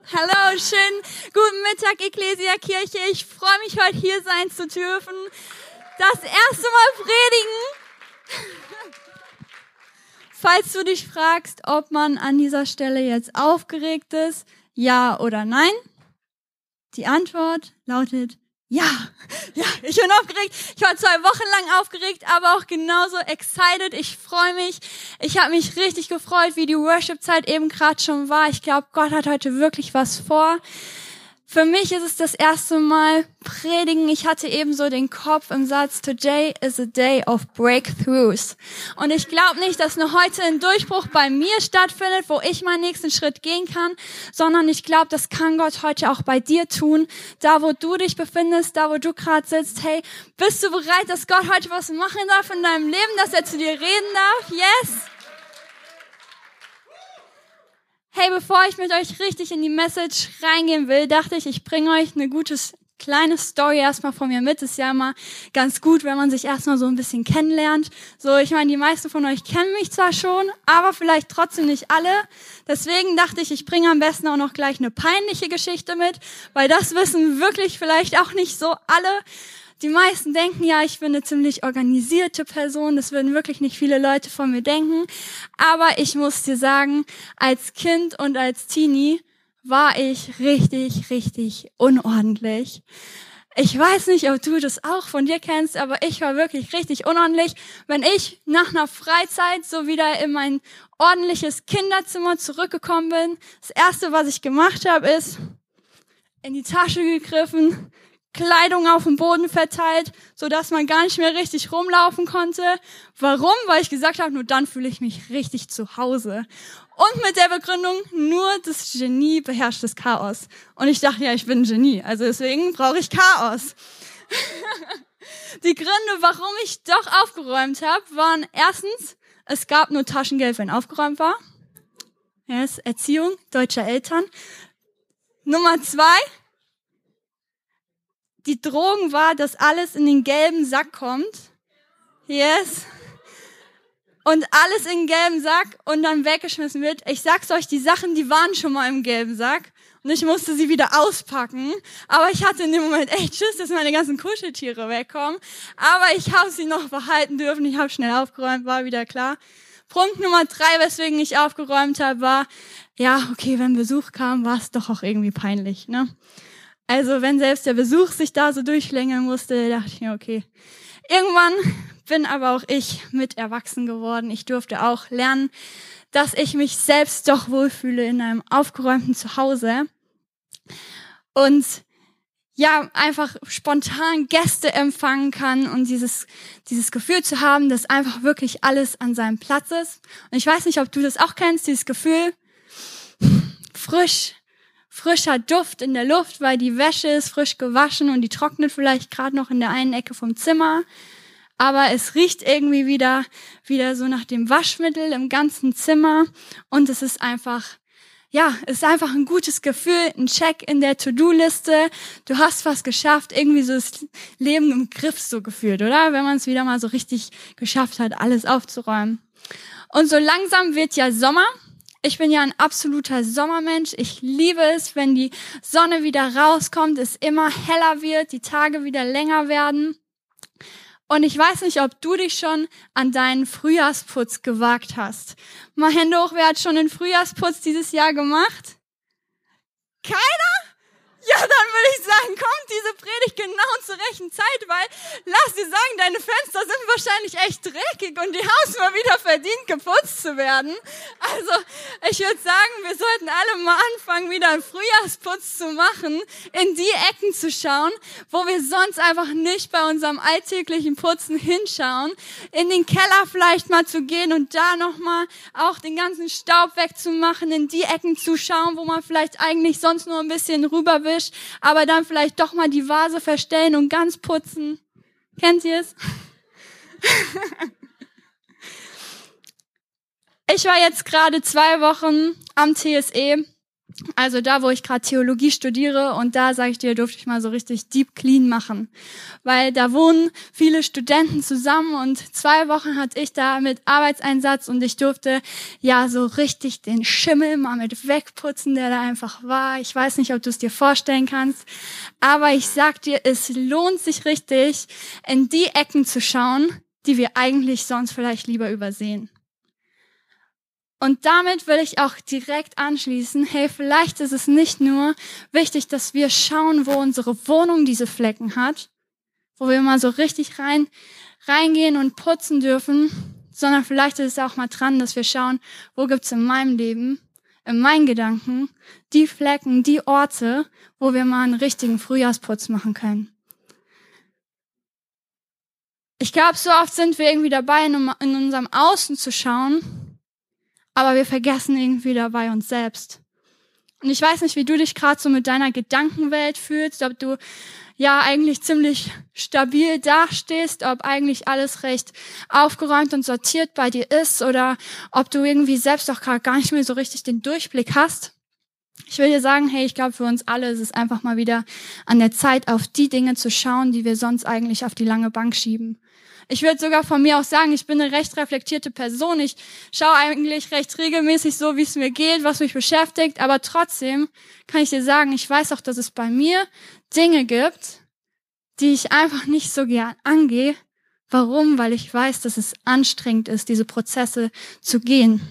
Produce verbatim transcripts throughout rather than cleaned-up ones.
Hallo, schönen guten Mittag, Ecclesia Kirche. Ich freue mich, heute hier sein zu dürfen. Das erste Mal predigen. Falls du dich fragst, ob man an dieser Stelle jetzt aufgeregt ist, ja oder nein, die Antwort lautet ja. Ja, ich bin aufgeregt. Ich war zwei Wochen lang aufgeregt, aber auch genauso excited. Ich freue mich. Ich habe mich richtig gefreut, wie die Worship-Zeit eben gerade schon war. Ich glaube, Gott hat heute wirklich was vor. Für mich ist es das erste Mal predigen. Ich hatte eben so den Kopf im Satz, Today is a day of breakthroughs. Und ich glaube nicht, dass nur heute ein Durchbruch bei mir stattfindet, wo ich meinen nächsten Schritt gehen kann, sondern ich glaube, das kann Gott heute auch bei dir tun. Da, wo du dich befindest, da, wo du gerade sitzt. Hey, bist du bereit, dass Gott heute was machen darf in deinem Leben, dass er zu dir reden darf? Yes! Hey, bevor ich mit euch richtig in die Message reingehen will, dachte ich, ich bringe euch eine gute kleine Story erstmal von mir mit. Ist ja immer ganz gut, wenn man sich erstmal so ein bisschen kennenlernt. So, ich meine, die meisten von euch kennen mich zwar schon, aber vielleicht trotzdem nicht alle. Deswegen dachte ich, ich bringe am besten auch noch gleich eine peinliche Geschichte mit, weil das wissen wirklich vielleicht auch nicht so alle. Die meisten denken ja, ich bin eine ziemlich organisierte Person. Das würden wirklich nicht viele Leute von mir denken. Aber ich muss dir sagen, als Kind und als Teenie war ich richtig, richtig unordentlich. Ich weiß nicht, ob du das auch von dir kennst, aber ich war wirklich richtig unordentlich. Wenn ich nach einer Freizeit so wieder in mein ordentliches Kinderzimmer zurückgekommen bin, das Erste, was ich gemacht habe, ist in die Tasche gegriffen, Kleidung auf dem Boden verteilt, so dass man gar nicht mehr richtig rumlaufen konnte. Warum? Weil ich gesagt habe, nur dann fühle ich mich richtig zu Hause. Und mit der Begründung, nur das Genie beherrscht das Chaos. Und ich dachte, ja, ich bin ein Genie, also deswegen brauche ich Chaos. Die Gründe, warum ich doch aufgeräumt habe, waren erstens, es gab nur Taschengeld, wenn aufgeräumt war. Yes, Erziehung deutscher Eltern. Nummer zwei, die Drohung war, dass alles in den gelben Sack kommt. Yes. Und alles in den gelben Sack und dann weggeschmissen wird. Ich sag's euch, die Sachen, die waren schon mal im gelben Sack. Und ich musste sie wieder auspacken. Aber ich hatte in dem Moment echt Schiss, dass meine ganzen Kuscheltiere wegkommen. Aber ich habe sie noch behalten dürfen. Ich habe schnell aufgeräumt, war wieder klar. Punkt Nummer drei, weswegen ich aufgeräumt habe, war, ja, okay, wenn Besuch kam, war es doch auch irgendwie peinlich, ne? Also wenn selbst der Besuch sich da so durchschlängeln musste, dachte ich mir, okay. Irgendwann bin aber auch ich mit erwachsen geworden. Ich durfte auch lernen, dass ich mich selbst doch wohlfühle in einem aufgeräumten Zuhause. Und ja, einfach spontan Gäste empfangen kann und dieses dieses Gefühl zu haben, dass einfach wirklich alles an seinem Platz ist. Und ich weiß nicht, ob du das auch kennst, dieses Gefühl, frisch, frischer Duft in der Luft, weil die Wäsche ist frisch gewaschen und die trocknet vielleicht gerade noch in der einen Ecke vom Zimmer. Aber es riecht irgendwie wieder, wieder so nach dem Waschmittel im ganzen Zimmer. Und es ist einfach, ja, es ist einfach ein gutes Gefühl, ein Check in der To-Do-Liste. Du hast was geschafft, irgendwie so das Leben im Griff so gefühlt, oder? Wenn man es wieder mal so richtig geschafft hat, alles aufzuräumen. Und so langsam wird ja Sommer. Ich bin ja ein absoluter Sommermensch. Ich liebe es, wenn die Sonne wieder rauskommt, es immer heller wird, die Tage wieder länger werden. Und ich weiß nicht, ob du dich schon an deinen Frühjahrsputz gewagt hast. Mal Hände hoch, wer hat schon den Frühjahrsputz dieses Jahr gemacht? Keiner? Ja, dann würde ich sagen, kommt diese Predigt genau zur rechten Zeit, weil, lass dir sagen, deine Fenster sind wahrscheinlich echt dreckig und die haben es mal wieder verdient, geputzt zu werden. Also, ich würde sagen, wir sollten alle mal anfangen, wieder einen Frühjahrsputz zu machen, in die Ecken zu schauen, wo wir sonst einfach nicht bei unserem alltäglichen Putzen hinschauen, in den Keller vielleicht mal zu gehen und da nochmal auch den ganzen Staub wegzumachen, in die Ecken zu schauen, wo man vielleicht eigentlich sonst nur ein bisschen rüber will, aber dann vielleicht doch mal die Vase verstellen und ganz putzen. Kennt ihr es? Ich war jetzt gerade zwei Wochen am T S E Also da, wo ich gerade Theologie studiere, und da, sage ich dir, durfte ich mal so richtig deep clean machen. Weil da wohnen viele Studenten zusammen und zwei Wochen hatte ich da mit Arbeitseinsatz und ich durfte ja so richtig den Schimmel mal mit wegputzen, der da einfach war. Ich weiß nicht, ob du es dir vorstellen kannst, aber ich sag dir, es lohnt sich richtig, in die Ecken zu schauen, die wir eigentlich sonst vielleicht lieber übersehen. Und damit will ich auch direkt anschließen, hey, vielleicht ist es nicht nur wichtig, dass wir schauen, wo unsere Wohnung diese Flecken hat, wo wir mal so richtig rein, reingehen und putzen dürfen, sondern vielleicht ist es auch mal dran, dass wir schauen, wo gibt's in meinem Leben, in meinen Gedanken, die Flecken, die Orte, wo wir mal einen richtigen Frühjahrsputz machen können. Ich glaube, so oft sind wir irgendwie dabei, in unserem Außen zu schauen, aber wir vergessen irgendwie dabei uns selbst. Und ich weiß nicht, wie du dich gerade so mit deiner Gedankenwelt fühlst, ob du ja eigentlich ziemlich stabil dastehst, ob eigentlich alles recht aufgeräumt und sortiert bei dir ist oder ob du irgendwie selbst auch gerade gar nicht mehr so richtig den Durchblick hast. Ich will dir sagen, hey, ich glaube, für uns alle ist es einfach mal wieder an der Zeit, auf die Dinge zu schauen, die wir sonst eigentlich auf die lange Bank schieben. Ich würde sogar von mir auch sagen, ich bin eine recht reflektierte Person. Ich schaue eigentlich recht regelmäßig so, wie es mir geht, was mich beschäftigt. Aber trotzdem kann ich dir sagen, ich weiß auch, dass es bei mir Dinge gibt, die ich einfach nicht so gern angehe. Warum? Weil ich weiß, dass es anstrengend ist, diese Prozesse zu gehen.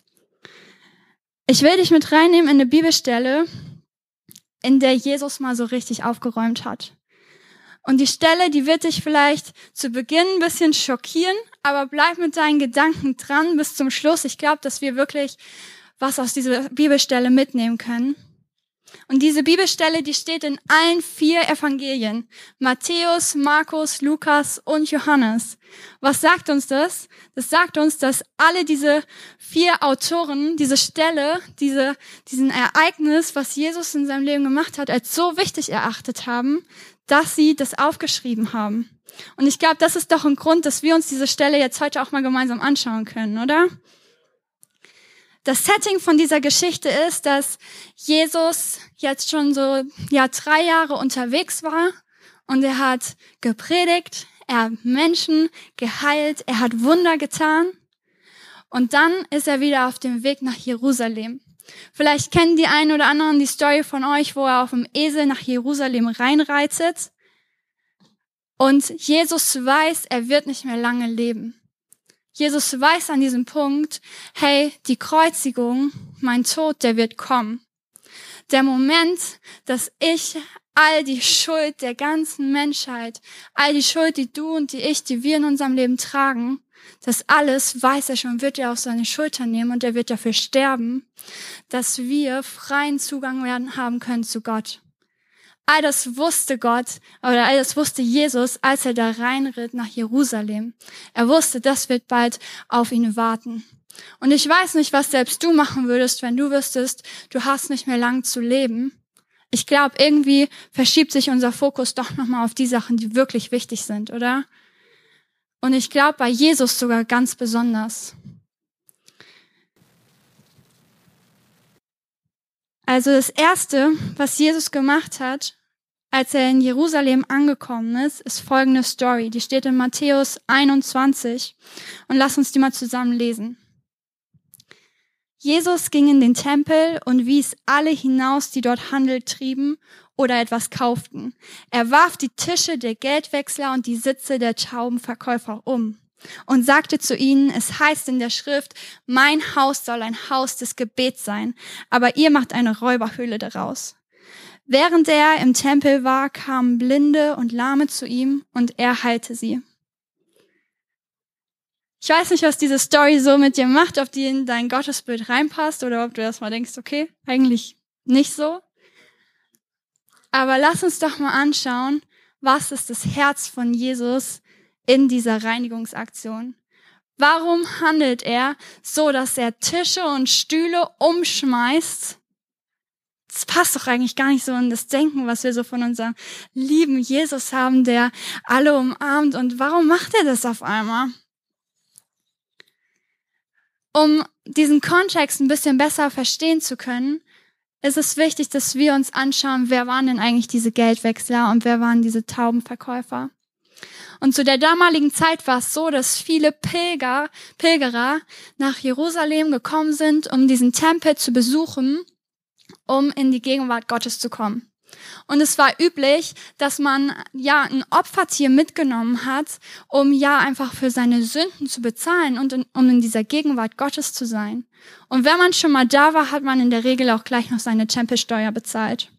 Ich will dich mit reinnehmen in eine Bibelstelle, in der Jesus mal so richtig aufgeräumt hat. Und die Stelle, die wird dich vielleicht zu Beginn ein bisschen schockieren, aber bleib mit deinen Gedanken dran bis zum Schluss. Ich glaube, dass wir wirklich was aus dieser Bibelstelle mitnehmen können. Und diese Bibelstelle, die steht in allen vier Evangelien. Matthäus, Markus, Lukas und Johannes. Was sagt uns das? Das sagt uns, dass alle diese vier Autoren diese Stelle, diese, diesen Ereignis, was Jesus in seinem Leben gemacht hat, als so wichtig erachtet haben, dass sie das aufgeschrieben haben. Und ich glaube, das ist doch ein Grund, dass wir uns diese Stelle jetzt heute auch mal gemeinsam anschauen können, oder? Das Setting von dieser Geschichte ist, dass Jesus jetzt schon so ja drei Jahre unterwegs war und er hat gepredigt, er hat Menschen geheilt, er hat Wunder getan und dann ist er wieder auf dem Weg nach Jerusalem. Vielleicht kennen die einen oder anderen die Story von euch, wo er auf dem Esel nach Jerusalem reinreitet und Jesus weiß, er wird nicht mehr lange leben. Jesus weiß an diesem Punkt, hey, die Kreuzigung, mein Tod, der wird kommen. Der Moment, dass ich all die Schuld der ganzen Menschheit, all die Schuld, die du und die ich, die wir in unserem Leben tragen, das alles weiß er schon, wird er auf seine Schultern nehmen und er wird dafür sterben, dass wir freien Zugang werden haben können zu Gott. All das wusste Gott, oder all das wusste Jesus, als er da reinritt nach Jerusalem. Er wusste, das wird bald auf ihn warten. Und ich weiß nicht, was selbst du machen würdest, wenn du wüsstest, du hast nicht mehr lang zu leben. Ich glaube, irgendwie verschiebt sich unser Fokus doch nochmal auf die Sachen, die wirklich wichtig sind, oder? Und ich glaube, bei Jesus sogar ganz besonders. Also das Erste, was Jesus gemacht hat, als er in Jerusalem angekommen ist, ist folgende Story. Die steht in Matthäus einundzwanzig und lass uns die mal zusammen lesen. Jesus ging in den Tempel und wies alle hinaus, die dort Handel trieben oder etwas kauften. Er warf die Tische der Geldwechsler und die Sitze der Taubenverkäufer um und sagte zu ihnen, es heißt in der Schrift, mein Haus soll ein Haus des Gebets sein, aber ihr macht eine Räuberhöhle daraus. Während er im Tempel war, kamen Blinde und Lahme zu ihm und er heilte sie. Ich weiß nicht, was diese Story so mit dir macht, ob die in dein Gottesbild reinpasst oder ob du erstmal denkst, okay, eigentlich nicht so. Aber lass uns doch mal anschauen, was ist das Herz von Jesus in dieser Reinigungsaktion? Warum handelt er so, dass er Tische und Stühle umschmeißt? Das passt doch eigentlich gar nicht so in das Denken, was wir so von unserem lieben Jesus haben, der alle umarmt. Und warum macht er das auf einmal? Um diesen Kontext ein bisschen besser verstehen zu können, ist es wichtig, dass wir uns anschauen, wer waren denn eigentlich diese Geldwechsler und wer waren diese Taubenverkäufer. Und zu der damaligen Zeit war es so, dass viele Pilger, Pilgerer nach Jerusalem gekommen sind, um diesen Tempel zu besuchen, um in die Gegenwart Gottes zu kommen. Und es war üblich, dass man ja ein Opfertier mitgenommen hat, um ja einfach für seine Sünden zu bezahlen und in, um in dieser Gegenwart Gottes zu sein. Und wenn man schon mal da war, hat man in der Regel auch gleich noch seine Tempelsteuer bezahlt.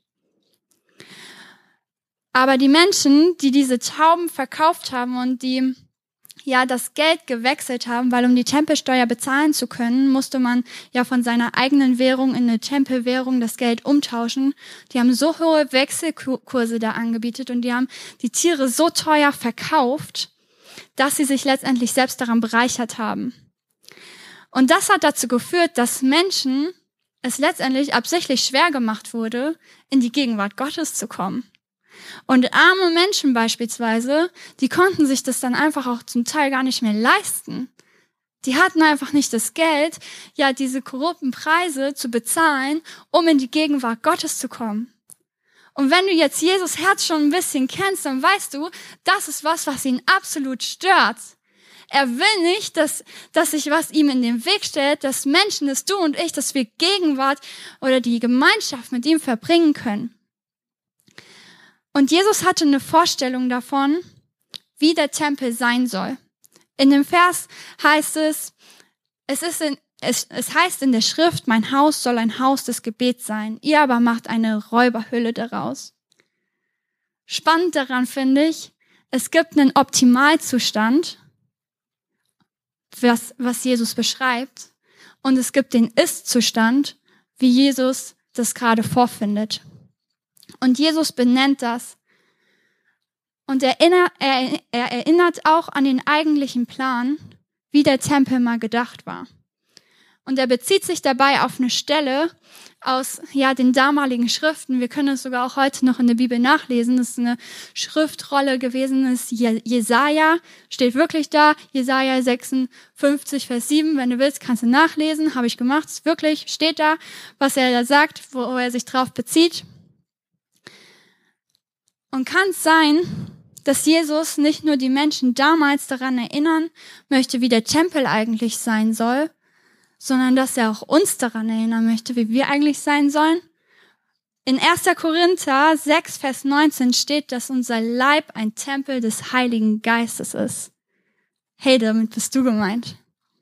Aber die Menschen, die diese Tauben verkauft haben und die ja das Geld gewechselt haben, weil um die Tempelsteuer bezahlen zu können, musste man ja von seiner eigenen Währung in eine Tempelwährung das Geld umtauschen. Die haben so hohe Wechselkurse da angebietet und die haben die Tiere so teuer verkauft, dass sie sich letztendlich selbst daran bereichert haben. Und das hat dazu geführt, dass Menschen es letztendlich absichtlich schwer gemacht wurde, in die Gegenwart Gottes zu kommen. Und arme Menschen beispielsweise, die konnten sich das dann einfach auch zum Teil gar nicht mehr leisten. Die hatten einfach nicht das Geld, ja, diese korrupten Preise zu bezahlen, um in die Gegenwart Gottes zu kommen. Und wenn du jetzt Jesus Herz schon ein bisschen kennst, dann weißt du, das ist was, was ihn absolut stört. Er will nicht, dass, dass sich was ihm in den Weg stellt, dass Menschen, dass du und ich, dass wir Gegenwart oder die Gemeinschaft mit ihm verbringen können. Und Jesus hatte eine Vorstellung davon, wie der Tempel sein soll. In dem Vers heißt es, es, ist in, es, es heißt in der Schrift, mein Haus soll ein Haus des Gebets sein. Ihr aber macht eine Räuberhöhle daraus. Spannend daran finde ich, es gibt einen Optimalzustand, was, was Jesus beschreibt. Und es gibt den Ist-Zustand, wie Jesus das gerade vorfindet. Und Jesus benennt das. Und er erinnert, er, er erinnert auch an den eigentlichen Plan, wie der Tempel mal gedacht war. Und er bezieht sich dabei auf eine Stelle aus ja den damaligen Schriften. Wir können es sogar auch heute noch in der Bibel nachlesen. Das ist eine Schriftrolle gewesen, das ist Jesaja, steht wirklich da, Jesaja sechsundfünfzig, Vers sieben. Wenn du willst, kannst du nachlesen, habe ich gemacht. Es wirklich steht da, was er da sagt, wo er sich drauf bezieht. Und kann es sein, dass Jesus nicht nur die Menschen damals daran erinnern möchte, wie der Tempel eigentlich sein soll, sondern dass er auch uns daran erinnern möchte, wie wir eigentlich sein sollen? In erster Korinther sechs, Vers neunzehn steht, dass unser Leib ein Tempel des Heiligen Geistes ist. Hey, damit bist du gemeint.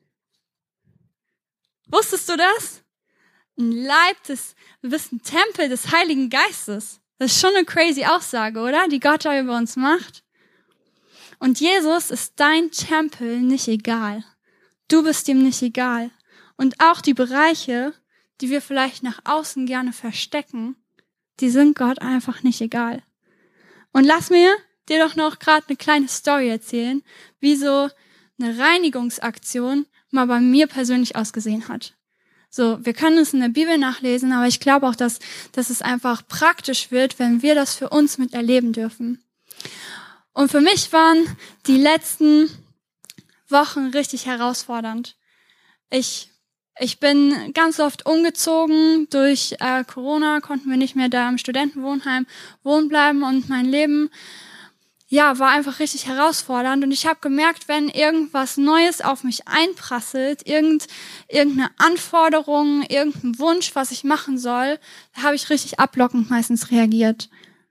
Wusstest du das? Ein Leib des, du bist ein Tempel des Heiligen Geistes. Das ist schon eine crazy Aussage, oder? Die Gott da über uns macht. Und Jesus ist dein Tempel nicht egal. Du bist ihm nicht egal. Und auch die Bereiche, die wir vielleicht nach außen gerne verstecken, die sind Gott einfach nicht egal. Und lass mir dir doch noch gerade eine kleine Story erzählen, wie so eine Reinigungsaktion mal bei mir persönlich ausgesehen hat. So, wir können es in der Bibel nachlesen, aber ich glaube auch, dass, dass es einfach praktisch wird, wenn wir das für uns miterleben dürfen. Und für mich waren die letzten Wochen richtig herausfordernd. Ich, ich bin ganz oft umgezogen. Durch äh, Corona konnten wir nicht mehr da im Studentenwohnheim wohnen bleiben und mein Leben ja, war einfach richtig herausfordernd und ich habe gemerkt, wenn irgendwas Neues auf mich einprasselt, irgend, irgendeine Anforderung, irgendein Wunsch, was ich machen soll, da habe ich richtig ablockend meistens reagiert.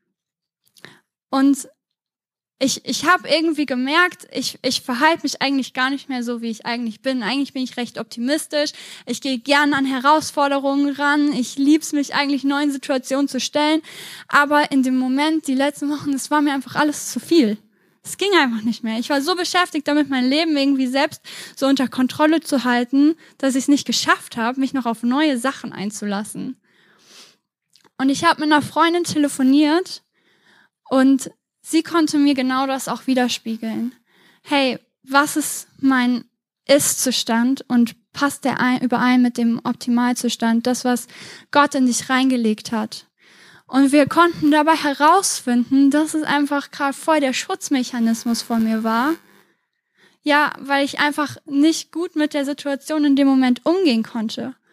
Und ich ich habe irgendwie gemerkt, ich ich verhalte mich eigentlich gar nicht mehr so, wie ich eigentlich bin. Eigentlich bin ich recht optimistisch. Ich gehe gern an Herausforderungen ran. Ich lieb's mich eigentlich neuen Situationen zu stellen. Aber in dem Moment, die letzten Wochen, es war mir einfach alles zu viel. Es ging einfach nicht mehr. Ich war so beschäftigt damit, mein Leben irgendwie selbst so unter Kontrolle zu halten, dass ich es nicht geschafft habe, mich noch auf neue Sachen einzulassen. Und ich habe mit einer Freundin telefoniert und sie konnte mir genau das auch widerspiegeln. Hey, was ist mein Ist-Zustand und passt der ein, überein mit dem Optimalzustand, das, was Gott in dich reingelegt hat? Und wir konnten dabei herausfinden, dass es einfach gerade voll der Schutzmechanismus von mir war. Ja, weil ich einfach nicht gut mit der Situation in dem Moment umgehen konnte.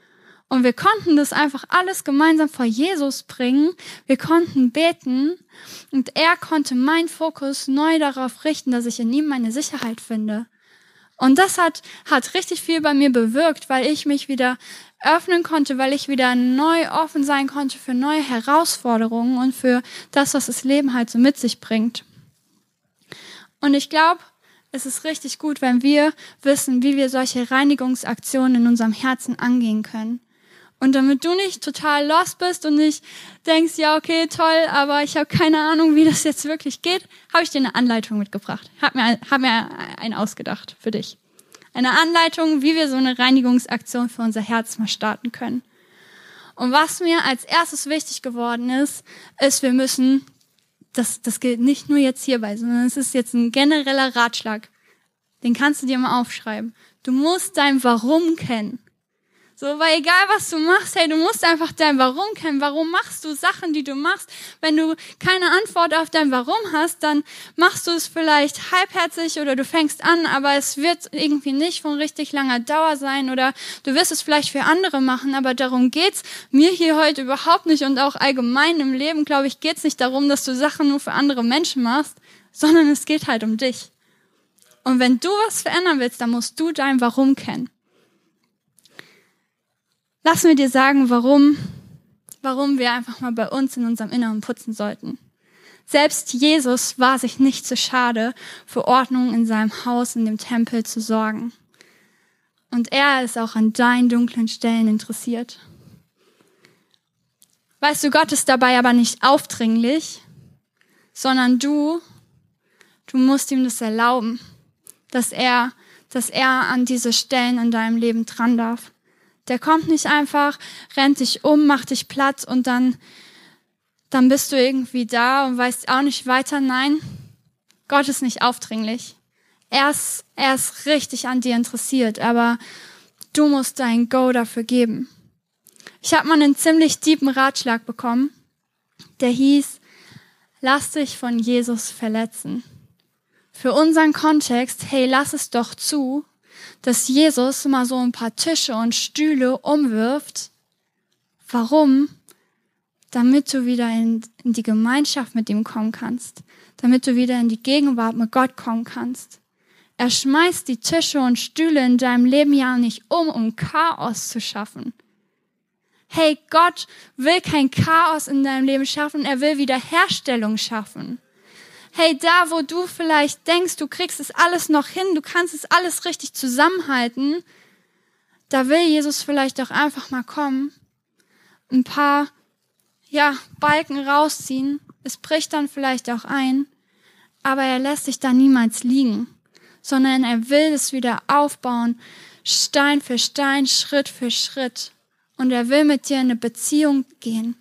Und wir konnten das einfach alles gemeinsam vor Jesus bringen. Wir konnten beten und er konnte meinen Fokus neu darauf richten, dass ich in ihm meine Sicherheit finde. Und das hat, hat richtig viel bei mir bewirkt, weil ich mich wieder öffnen konnte, weil ich wieder neu offen sein konnte für neue Herausforderungen und für das, was das Leben halt so mit sich bringt. Und ich glaube, es ist richtig gut, wenn wir wissen, wie wir solche Reinigungsaktionen in unserem Herzen angehen können. Und damit du nicht total lost bist und nicht denkst, ja okay, toll, aber ich habe keine Ahnung, wie das jetzt wirklich geht, habe ich dir eine Anleitung mitgebracht. Hab mir, hab mir einen ausgedacht für dich. Eine Anleitung, wie wir so eine Reinigungsaktion für unser Herz mal starten können. Und was mir als erstes wichtig geworden ist, ist, wir müssen, das, das gilt nicht nur jetzt hierbei, sondern es ist jetzt ein genereller Ratschlag. Den kannst du dir mal aufschreiben. Du musst dein Warum kennen. So, weil egal was du machst, hey, du musst einfach dein Warum kennen. Warum machst du Sachen, die du machst? Wenn du keine Antwort auf dein Warum hast, dann machst du es vielleicht halbherzig oder du fängst an, aber es wird irgendwie nicht von richtig langer Dauer sein oder du wirst es vielleicht für andere machen, aber darum geht's mir hier heute überhaupt nicht und auch allgemein im Leben, glaube ich, geht's nicht darum, dass du Sachen nur für andere Menschen machst, sondern es geht halt um dich. Und wenn du was verändern willst, dann musst du dein Warum kennen. Lass mir dir sagen, warum, warum wir einfach mal bei uns in unserem Inneren putzen sollten. Selbst Jesus war sich nicht so schade, für Ordnung in seinem Haus, in dem Tempel zu sorgen. Und er ist auch an deinen dunklen Stellen interessiert. Weißt du, Gott ist dabei aber nicht aufdringlich, sondern du, du musst ihm das erlauben, dass er, dass er an diese Stellen in deinem Leben dran darf. Der kommt nicht einfach, rennt dich um, macht dich platt und dann, dann bist du irgendwie da und weißt auch nicht weiter. Nein, Gott ist nicht aufdringlich. Er ist, er ist richtig an dir interessiert, aber du musst dein Go dafür geben. Ich habe mal einen ziemlich tiefen Ratschlag bekommen, der hieß, lass dich von Jesus verletzen. Für unseren Kontext, hey, lass es doch zu, dass Jesus mal so ein paar Tische und Stühle umwirft. Warum? Damit du wieder in, in die Gemeinschaft mit ihm kommen kannst. Damit du wieder in die Gegenwart mit Gott kommen kannst. Er schmeißt die Tische und Stühle in deinem Leben ja nicht um, um Chaos zu schaffen. Hey, Gott will kein Chaos in deinem Leben schaffen, er will Wiederherstellung schaffen. Hey, da wo du vielleicht denkst, du kriegst es alles noch hin, du kannst es alles richtig zusammenhalten, da will Jesus vielleicht auch einfach mal kommen, ein paar, ja, Balken rausziehen, es bricht dann vielleicht auch ein, aber er lässt dich da niemals liegen, sondern er will es wieder aufbauen, Stein für Stein, Schritt für Schritt, und er will mit dir in eine Beziehung gehen.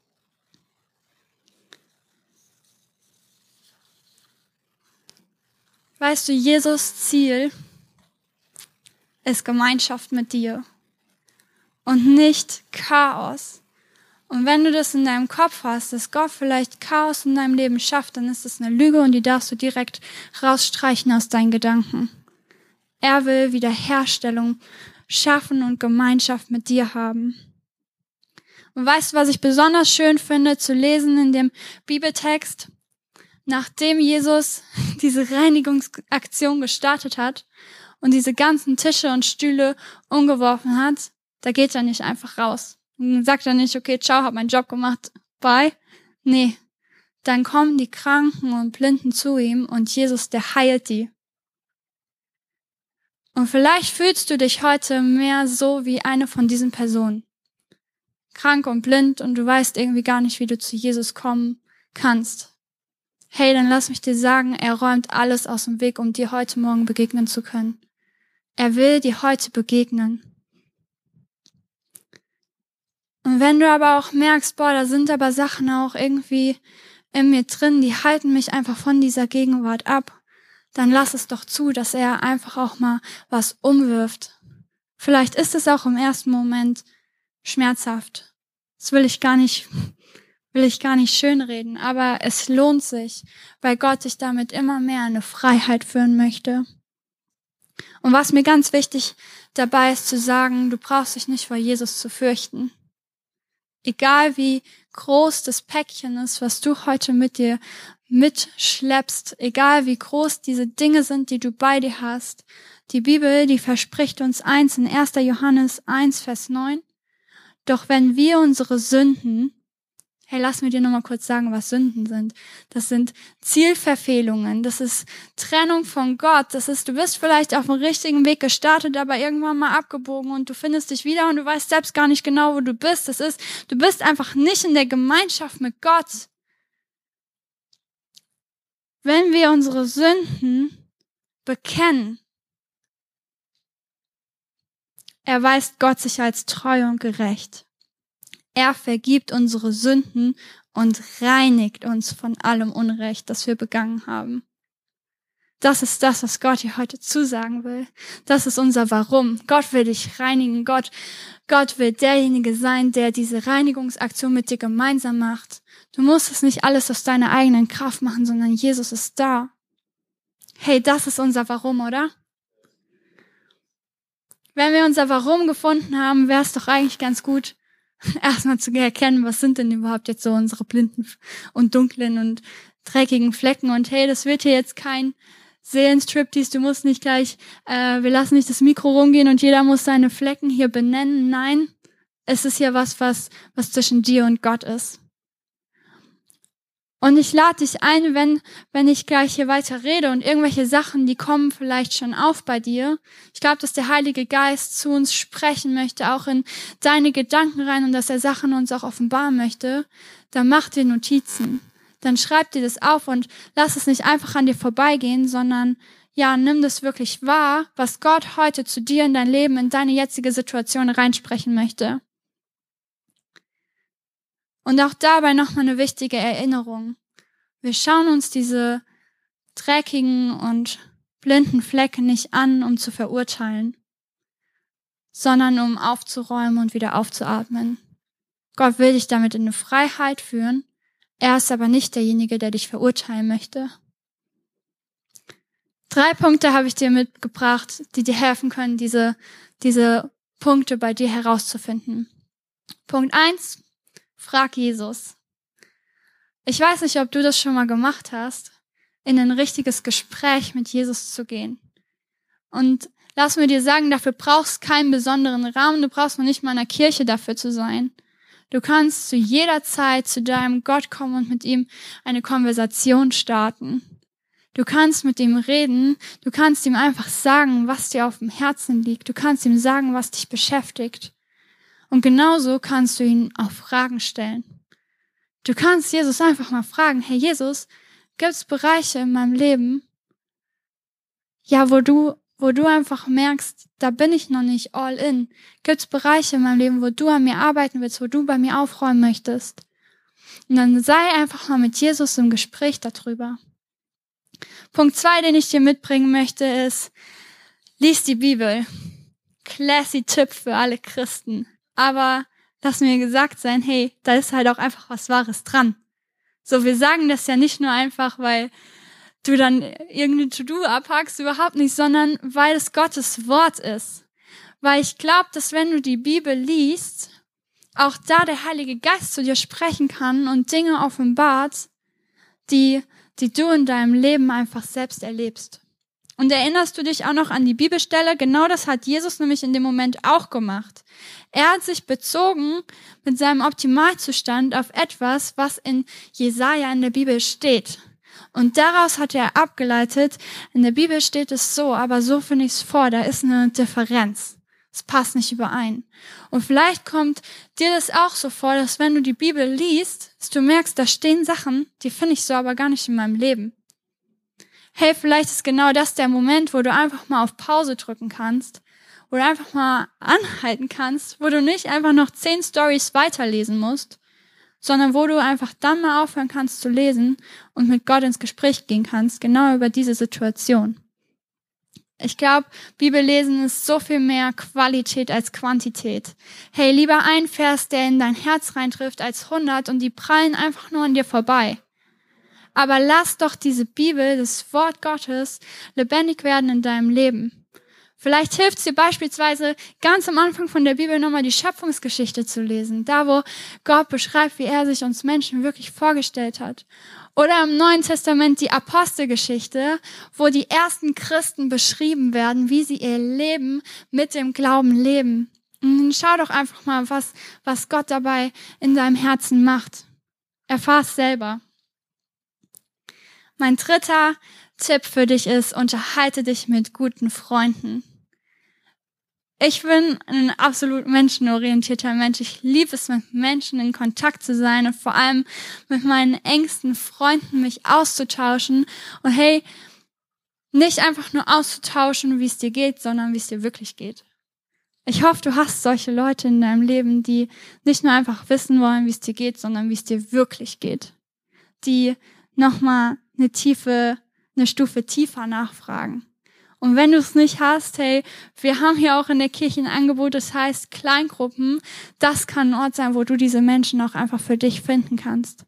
Weißt du, Jesus' Ziel ist Gemeinschaft mit dir und nicht Chaos. Und wenn du das in deinem Kopf hast, dass Gott vielleicht Chaos in deinem Leben schafft, dann ist das eine Lüge und die darfst du direkt rausstreichen aus deinen Gedanken. Er will Wiederherstellung schaffen und Gemeinschaft mit dir haben. Und weißt du, was ich besonders schön finde zu lesen in dem Bibeltext? Nachdem Jesus diese Reinigungsaktion gestartet hat und diese ganzen Tische und Stühle umgeworfen hat, da geht er nicht einfach raus. Und dann sagt er nicht, okay, ciao, hab meinen Job gemacht, bye. Nee, dann kommen die Kranken und Blinden zu ihm und Jesus, der heilt die. Und vielleicht fühlst du dich heute mehr so wie eine von diesen Personen. Krank und blind und du weißt irgendwie gar nicht, wie du zu Jesus kommen kannst. Hey, dann lass mich dir sagen, er räumt alles aus dem Weg, um dir heute Morgen begegnen zu können. Er will dir heute begegnen. Und wenn du aber auch merkst, boah, da sind aber Sachen auch irgendwie in mir drin, die halten mich einfach von dieser Gegenwart ab, dann lass es doch zu, dass er einfach auch mal was umwirft. Vielleicht ist es auch im ersten Moment schmerzhaft. Das will ich gar nicht will ich gar nicht schönreden, aber es lohnt sich, weil Gott dich damit immer mehr in eine Freiheit führen möchte. Und was mir ganz wichtig dabei ist zu sagen, du brauchst dich nicht vor Jesus zu fürchten. Egal wie groß das Päckchen ist, was du heute mit dir mitschleppst, egal wie groß diese Dinge sind, die du bei dir hast, die Bibel, die verspricht uns eins in erster Johannes eins, Vers neun. Doch wenn wir unsere Sünden, hey, lass mir dir nochmal kurz sagen, was Sünden sind. Das sind Zielverfehlungen, das ist Trennung von Gott, das ist, du bist vielleicht auf dem richtigen Weg gestartet, aber irgendwann mal abgebogen und du findest dich wieder und du weißt selbst gar nicht genau, wo du bist. Das ist, du bist einfach nicht in der Gemeinschaft mit Gott. Wenn wir unsere Sünden bekennen, erweist Gott sich als treu und gerecht. Er vergibt unsere Sünden und reinigt uns von allem Unrecht, das wir begangen haben. Das ist das, was Gott dir heute zusagen will. Das ist unser Warum. Gott will dich reinigen. Gott, Gott will derjenige sein, der diese Reinigungsaktion mit dir gemeinsam macht. Du musst es nicht alles aus deiner eigenen Kraft machen, sondern Jesus ist da. Hey, das ist unser Warum, oder? Wenn wir unser Warum gefunden haben, wäre es doch eigentlich ganz gut, erstmal zu erkennen, was sind denn überhaupt jetzt so unsere blinden und dunklen und dreckigen Flecken. Und hey, das wird hier jetzt kein Seelenstriptease, du musst nicht gleich, äh, wir lassen nicht das Mikro rumgehen und jeder muss seine Flecken hier benennen. Nein, es ist ja was, was, was zwischen dir und Gott ist. Und ich lade dich ein, wenn, wenn ich gleich hier weiter rede und irgendwelche Sachen, die kommen vielleicht schon auf bei dir. Ich glaube, dass der Heilige Geist zu uns sprechen möchte, auch in deine Gedanken rein und dass er Sachen uns auch offenbaren möchte. Dann mach dir Notizen. Dann schreib dir das auf und lass es nicht einfach an dir vorbeigehen, sondern ja, nimm das wirklich wahr, was Gott heute zu dir in dein Leben, in deine jetzige Situation reinsprechen möchte. Und auch dabei nochmal eine wichtige Erinnerung. Wir schauen uns diese dreckigen und blinden Flecken nicht an, um zu verurteilen, sondern um aufzuräumen und wieder aufzuatmen. Gott will dich damit in eine Freiheit führen. Er ist aber nicht derjenige, der dich verurteilen möchte. Drei Punkte habe ich dir mitgebracht, die dir helfen können, diese, diese Punkte bei dir herauszufinden. Punkt eins. Frag Jesus. Ich weiß nicht, ob du das schon mal gemacht hast, in ein richtiges Gespräch mit Jesus zu gehen. Und lass mir dir sagen, dafür brauchst du keinen besonderen Rahmen, du brauchst noch nicht mal in einer Kirche dafür zu sein. Du kannst zu jeder Zeit zu deinem Gott kommen und mit ihm eine Konversation starten. Du kannst mit ihm reden, du kannst ihm einfach sagen, was dir auf dem Herzen liegt. Du kannst ihm sagen, was dich beschäftigt. Und genauso kannst du ihn auch Fragen stellen. Du kannst Jesus einfach mal fragen, hey Jesus, gibt es Bereiche in meinem Leben, ja, wo du, wo du einfach merkst, da bin ich noch nicht all in. Gibt es Bereiche in meinem Leben, wo du an mir arbeiten willst, wo du bei mir aufräumen möchtest? Und dann sei einfach mal mit Jesus im Gespräch darüber. Punkt zwei, den ich dir mitbringen möchte, ist, lies die Bibel. Classy Tipp für alle Christen. Aber lass mir gesagt sein, hey, da ist halt auch einfach was Wahres dran. So, wir sagen das ja nicht nur einfach, weil du dann irgendein To-Do abhackst, überhaupt nicht, sondern weil es Gottes Wort ist. Weil ich glaube, dass wenn du die Bibel liest, auch da der Heilige Geist zu dir sprechen kann und Dinge offenbart, die, die du in deinem Leben einfach selbst erlebst. Und erinnerst du dich auch noch an die Bibelstelle? Genau das hat Jesus nämlich in dem Moment auch gemacht. Er hat sich bezogen mit seinem Optimalzustand auf etwas, was in Jesaja in der Bibel steht. Und daraus hat er abgeleitet, in der Bibel steht es so, aber so finde ich es vor, da ist eine Differenz. Es passt nicht überein. Und vielleicht kommt dir das auch so vor, dass wenn du die Bibel liest, dass du merkst, da stehen Sachen, die finde ich so aber gar nicht in meinem Leben. Hey, vielleicht ist genau das der Moment, wo du einfach mal auf Pause drücken kannst, wo du einfach mal anhalten kannst, wo du nicht einfach noch zehn Storys weiterlesen musst, sondern wo du einfach dann mal aufhören kannst zu lesen und mit Gott ins Gespräch gehen kannst, genau über diese Situation. Ich glaube, Bibellesen ist so viel mehr Qualität als Quantität. Hey, lieber ein Vers, der in dein Herz reintrifft, als hundert und die prallen einfach nur an dir vorbei. Aber lass doch diese Bibel, das Wort Gottes, lebendig werden in deinem Leben. Vielleicht hilft es dir beispielsweise, ganz am Anfang von der Bibel nochmal die Schöpfungsgeschichte zu lesen. Da, wo Gott beschreibt, wie er sich uns Menschen wirklich vorgestellt hat. Oder im Neuen Testament die Apostelgeschichte, wo die ersten Christen beschrieben werden, wie sie ihr Leben mit dem Glauben leben. Und schau doch einfach mal, was, was Gott dabei in deinem Herzen macht. Erfahr's selber. Mein dritter Tipp für dich ist, unterhalte dich mit guten Freunden. Ich bin ein absolut menschenorientierter Mensch. Ich liebe es, mit Menschen in Kontakt zu sein und vor allem mit meinen engsten Freunden mich auszutauschen. Und hey, nicht einfach nur auszutauschen, wie es dir geht, sondern wie es dir wirklich geht. Ich hoffe, du hast solche Leute in deinem Leben, die nicht nur einfach wissen wollen, wie es dir geht, sondern wie es dir wirklich geht. Die nochmal eine tiefe, eine Stufe tiefer nachfragen. Und wenn du es nicht hast, hey, wir haben hier auch in der Kirche ein Angebot, das heißt Kleingruppen. Das kann ein Ort sein, wo du diese Menschen auch einfach für dich finden kannst.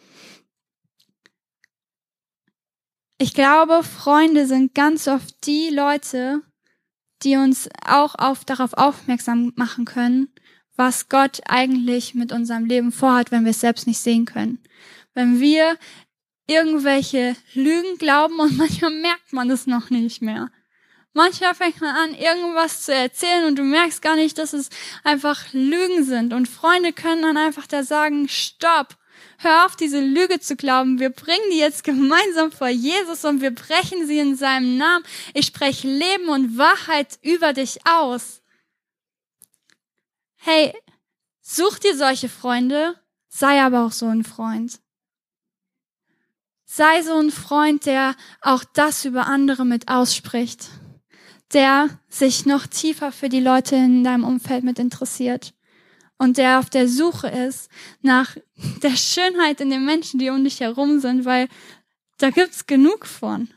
Ich glaube, Freunde sind ganz oft die Leute, die uns auch auf, darauf aufmerksam machen können, was Gott eigentlich mit unserem Leben vorhat, wenn wir es selbst nicht sehen können. Wenn wir irgendwelche Lügen glauben und manchmal merkt man es noch nicht mehr. Manchmal fängt man an, irgendwas zu erzählen und du merkst gar nicht, dass es einfach Lügen sind. Und Freunde können dann einfach da sagen, stopp, hör auf, diese Lüge zu glauben. Wir bringen die jetzt gemeinsam vor Jesus und wir brechen sie in seinem Namen. Ich spreche Leben und Wahrheit über dich aus. Hey, such dir solche Freunde, sei aber auch so ein Freund. Sei so ein Freund, der auch das über andere mit ausspricht. Der sich noch tiefer für die Leute in deinem Umfeld mit interessiert und der auf der Suche ist nach der Schönheit in den Menschen, die um dich herum sind, weil da gibt's genug von.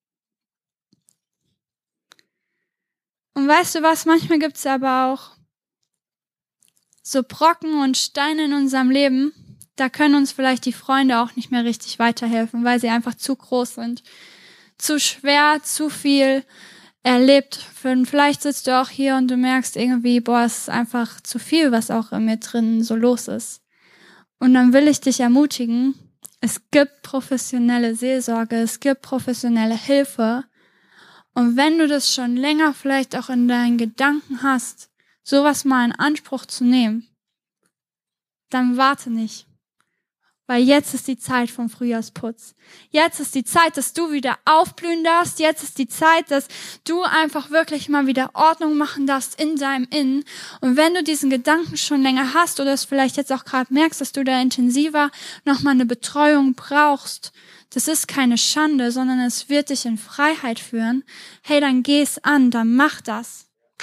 Und weißt du was, manchmal gibt's aber auch so Brocken und Steine in unserem Leben, da können uns vielleicht die Freunde auch nicht mehr richtig weiterhelfen, weil sie einfach zu groß sind, zu schwer, zu viel erlebt. Vielleicht sitzt du auch hier und du merkst irgendwie, boah, es ist einfach zu viel, was auch in mir drin so los ist. Und dann will ich dich ermutigen, es gibt professionelle Seelsorge, es gibt professionelle Hilfe. Und wenn du das schon länger vielleicht auch in deinen Gedanken hast, sowas mal in Anspruch zu nehmen, dann warte nicht. Weil jetzt ist die Zeit vom Frühjahrsputz. Jetzt ist die Zeit, dass du wieder aufblühen darfst. Jetzt ist die Zeit, dass du einfach wirklich mal wieder Ordnung machen darfst in deinem Innen. Und wenn du diesen Gedanken schon länger hast oder es vielleicht jetzt auch gerade merkst, dass du da intensiver nochmal eine Betreuung brauchst, das ist keine Schande, sondern es wird dich in Freiheit führen. Hey, dann geh es an, dann mach das.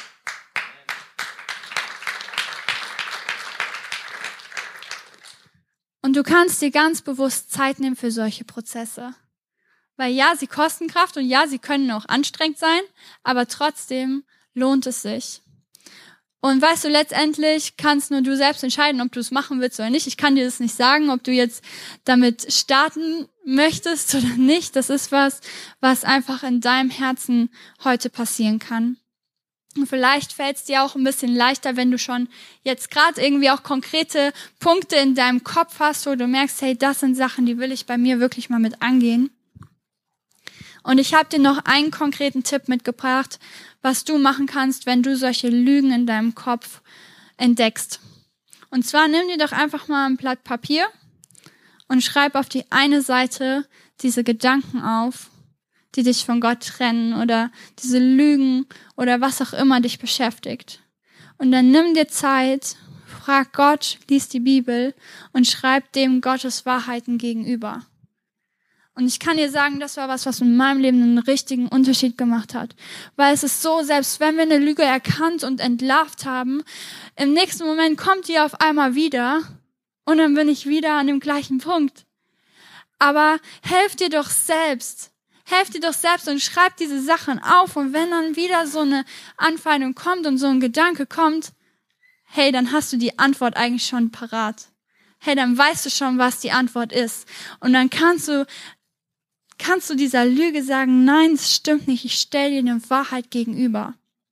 Und du kannst dir ganz bewusst Zeit nehmen für solche Prozesse. Weil ja, sie kosten Kraft und ja, sie können auch anstrengend sein, aber trotzdem lohnt es sich. Und weißt du, letztendlich kannst nur du selbst entscheiden, ob du es machen willst oder nicht. Ich kann dir das nicht sagen, ob du jetzt damit starten möchtest oder nicht. Das ist was, was einfach in deinem Herzen heute passieren kann. Und vielleicht fällt es dir auch ein bisschen leichter, wenn du schon jetzt gerade irgendwie auch konkrete Punkte in deinem Kopf hast, wo du merkst, hey, das sind Sachen, die will ich bei mir wirklich mal mit angehen. Und ich habe dir noch einen konkreten Tipp mitgebracht, was du machen kannst, wenn du solche Lügen in deinem Kopf entdeckst. Und zwar nimm dir doch einfach mal ein Blatt Papier und schreib auf die eine Seite diese Gedanken auf, die dich von Gott trennen oder diese Lügen oder was auch immer dich beschäftigt. Und dann nimm dir Zeit, frag Gott, lies die Bibel und schreib dem Gottes Wahrheiten gegenüber. Und ich kann dir sagen, das war was, was in meinem Leben einen richtigen Unterschied gemacht hat. Weil es ist so, selbst wenn wir eine Lüge erkannt und entlarvt haben, im nächsten Moment kommt die auf einmal wieder und dann bin ich wieder an dem gleichen Punkt. Aber helf dir doch selbst. Helf dir doch selbst und schreib diese Sachen auf. Und wenn dann wieder so eine Anfeindung kommt und so ein Gedanke kommt, hey, dann hast du die Antwort eigentlich schon parat. Hey, dann weißt du schon, was die Antwort ist. Und dann kannst du, kannst du dieser Lüge sagen, nein, es stimmt nicht, ich stelle dir eine Wahrheit gegenüber.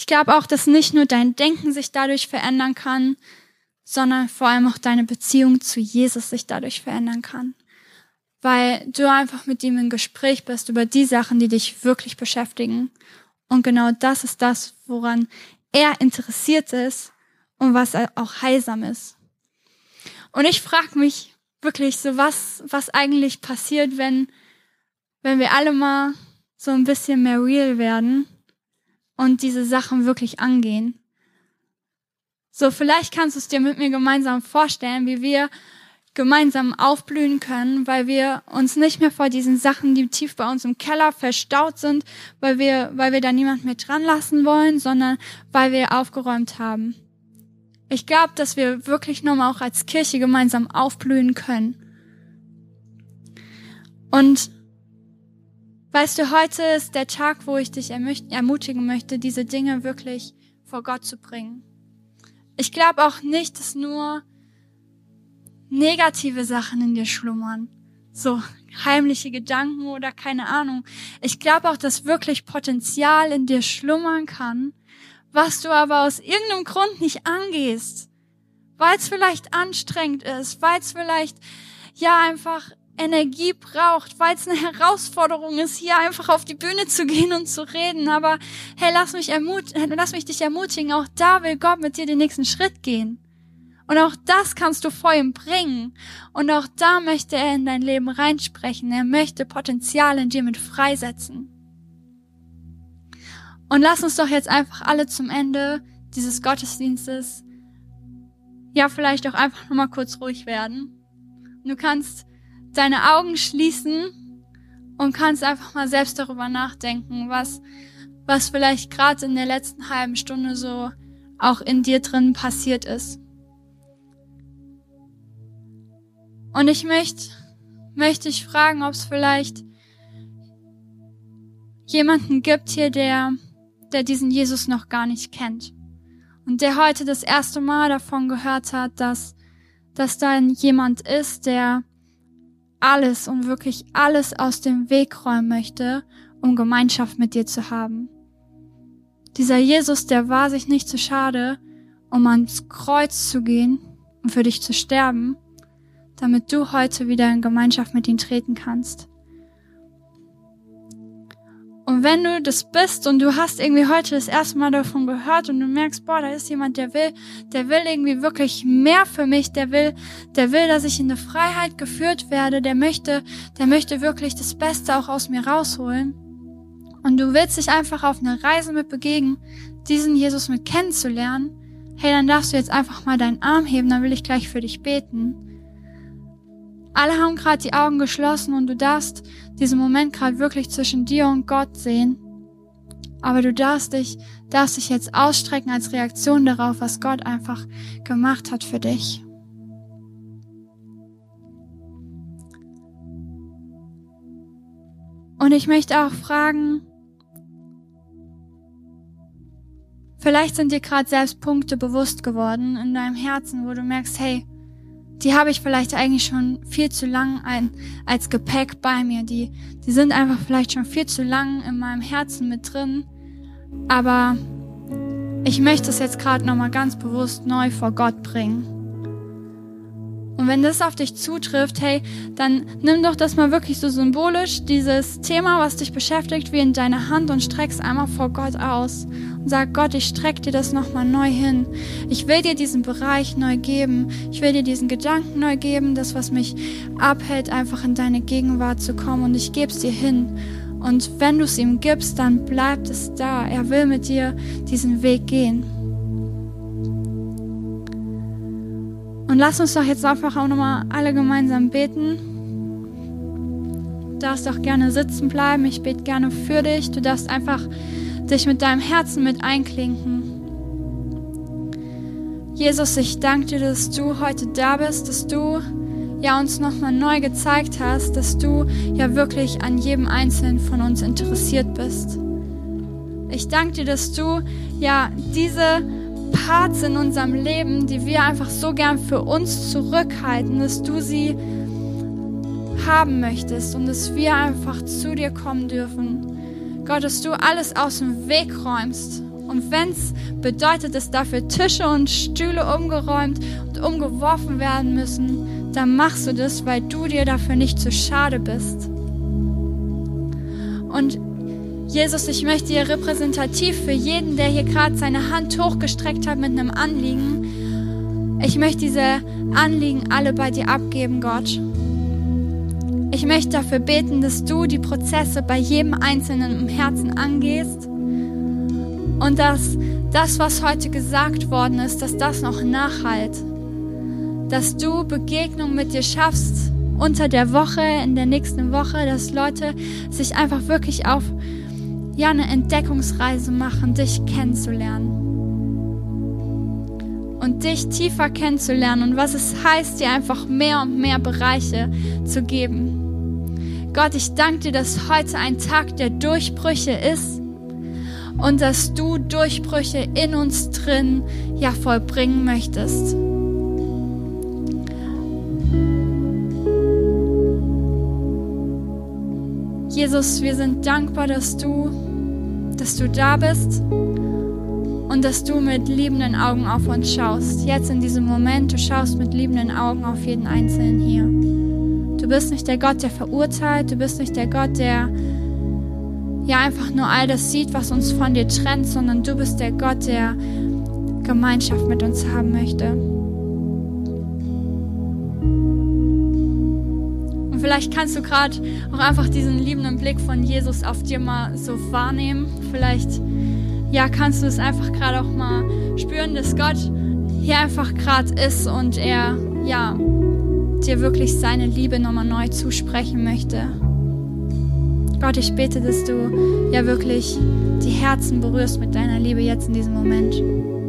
Ich glaube auch, dass nicht nur dein Denken sich dadurch verändern kann, sondern vor allem auch deine Beziehung zu Jesus sich dadurch verändern kann. Weil du einfach mit ihm im Gespräch bist über die Sachen, die dich wirklich beschäftigen. Und genau das ist das, woran er interessiert ist und was auch heilsam ist. Und ich frage mich wirklich so, was, was eigentlich passiert, wenn, wenn wir alle mal so ein bisschen mehr real werden und diese Sachen wirklich angehen. So, vielleicht kannst du es dir mit mir gemeinsam vorstellen, wie wir gemeinsam aufblühen können, weil wir uns nicht mehr vor diesen Sachen, die tief bei uns im Keller verstaut sind, weil wir, weil wir da niemand mehr dran lassen wollen, sondern weil wir aufgeräumt haben. Ich glaube, dass wir wirklich nochmal auch als Kirche gemeinsam aufblühen können. Und weißt du, heute ist der Tag, wo ich dich ermutigen möchte, diese Dinge wirklich vor Gott zu bringen. Ich glaube auch nicht, dass nur negative Sachen in dir schlummern, so heimliche Gedanken oder keine Ahnung. Ich glaube auch, dass wirklich Potenzial in dir schlummern kann, was du aber aus irgendeinem Grund nicht angehst, weil es vielleicht anstrengend ist, weil es vielleicht ja einfach Energie braucht, weil es eine Herausforderung ist, hier einfach auf die Bühne zu gehen und zu reden. Aber hey, lass mich ermut- lass mich dich ermutigen, auch da will Gott mit dir den nächsten Schritt gehen. Und auch das kannst du vor ihm bringen. Und auch da möchte er in dein Leben reinsprechen. Er möchte Potenzial in dir mit freisetzen. Und lass uns doch jetzt einfach alle zum Ende dieses Gottesdienstes ja vielleicht auch einfach nochmal kurz ruhig werden. Du kannst deine Augen schließen und kannst einfach mal selbst darüber nachdenken, was, was vielleicht gerade in der letzten halben Stunde so auch in dir drin passiert ist. Und ich möchte, möchte ich fragen, ob es vielleicht jemanden gibt hier, der, der diesen Jesus noch gar nicht kennt. Und der heute das erste Mal davon gehört hat, dass, dass da jemand ist, der alles und wirklich alles aus dem Weg räumen möchte, um Gemeinschaft mit dir zu haben. Dieser Jesus, der war sich nicht zu schade, um ans Kreuz zu gehen und für dich zu sterben, damit du heute wieder in Gemeinschaft mit ihm treten kannst. Und wenn du das bist und du hast irgendwie heute das erste Mal davon gehört und du merkst, boah, da ist jemand, der will, der will irgendwie wirklich mehr für mich, der will, der will, dass ich in eine Freiheit geführt werde, der möchte, der möchte wirklich das Beste auch aus mir rausholen. Und du willst dich einfach auf eine Reise mit begeben, diesen Jesus mit kennenzulernen, hey, dann darfst du jetzt einfach mal deinen Arm heben, dann will ich gleich für dich beten. Alle haben gerade die Augen geschlossen und du darfst diesen Moment gerade wirklich zwischen dir und Gott sehen. Aber du darfst dich, darfst dich jetzt ausstrecken als Reaktion darauf, was Gott einfach gemacht hat für dich. Und ich möchte auch fragen, vielleicht sind dir gerade selbst Punkte bewusst geworden in deinem Herzen, wo du merkst, hey, die habe ich vielleicht eigentlich schon viel zu lang ein, als Gepäck bei mir. Die, die sind einfach vielleicht schon viel zu lang in meinem Herzen mit drin. Aber ich möchte es jetzt gerade nochmal ganz bewusst neu vor Gott bringen. Und wenn das auf dich zutrifft, hey, dann nimm doch das mal wirklich so symbolisch, dieses Thema, was dich beschäftigt, wie in deine Hand und streck's einmal vor Gott aus. Und sag, Gott, ich streck dir das nochmal neu hin. Ich will dir diesen Bereich neu geben. Ich will dir diesen Gedanken neu geben, das, was mich abhält, einfach in deine Gegenwart zu kommen. Und ich geb's dir hin. Und wenn du es ihm gibst, dann bleibt es da. Er will mit dir diesen Weg gehen. Und lass uns doch jetzt einfach auch nochmal alle gemeinsam beten. Du darfst auch gerne sitzen bleiben. Ich bete gerne für dich. Du darfst einfach dich mit deinem Herzen mit einklinken. Jesus, ich danke dir, dass du heute da bist, dass du ja uns nochmal neu gezeigt hast, dass du ja wirklich an jedem Einzelnen von uns interessiert bist. Ich danke dir, dass du ja diese Parts in unserem Leben, die wir einfach so gern für uns zurückhalten, dass du sie haben möchtest und dass wir einfach zu dir kommen dürfen. Gott, dass du alles aus dem Weg räumst Und wenn es bedeutet, dass dafür Tische und Stühle umgeräumt und umgeworfen werden müssen, dann machst du das, weil du dir dafür nicht zu schade bist. Und Jesus, ich möchte dir repräsentativ für jeden, der hier gerade seine Hand hochgestreckt hat mit einem Anliegen, ich möchte diese Anliegen alle bei dir abgeben, Gott. Ich möchte dafür beten, dass du die Prozesse bei jedem Einzelnen im Herzen angehst und dass das, was heute gesagt worden ist, dass das noch nachhallt. Dass du Begegnung mit dir schaffst unter der Woche, in der nächsten Woche, dass Leute sich einfach wirklich auf ja, eine Entdeckungsreise machen, dich kennenzulernen. Und dich tiefer kennenzulernen und was es heißt, dir einfach mehr und mehr Bereiche zu geben. Gott, ich danke dir, dass heute ein Tag der Durchbrüche ist und dass du Durchbrüche in uns drin ja vollbringen möchtest. Jesus, wir sind dankbar, dass du, dass du da bist und dass du mit liebenden Augen auf uns schaust. Jetzt in diesem Moment, du schaust mit liebenden Augen auf jeden Einzelnen hier. Du bist nicht der Gott, der verurteilt, du bist nicht der Gott, der ja einfach nur all das sieht, was uns von dir trennt, sondern du bist der Gott, der Gemeinschaft mit uns haben möchte. Vielleicht kannst du gerade auch einfach diesen liebenden Blick von Jesus auf dir mal so wahrnehmen. Vielleicht ja, kannst du es einfach gerade auch mal spüren, dass Gott hier einfach gerade ist und er ja, dir wirklich seine Liebe nochmal neu zusprechen möchte. Gott, ich bete, dass du ja wirklich die Herzen berührst mit deiner Liebe jetzt in diesem Moment.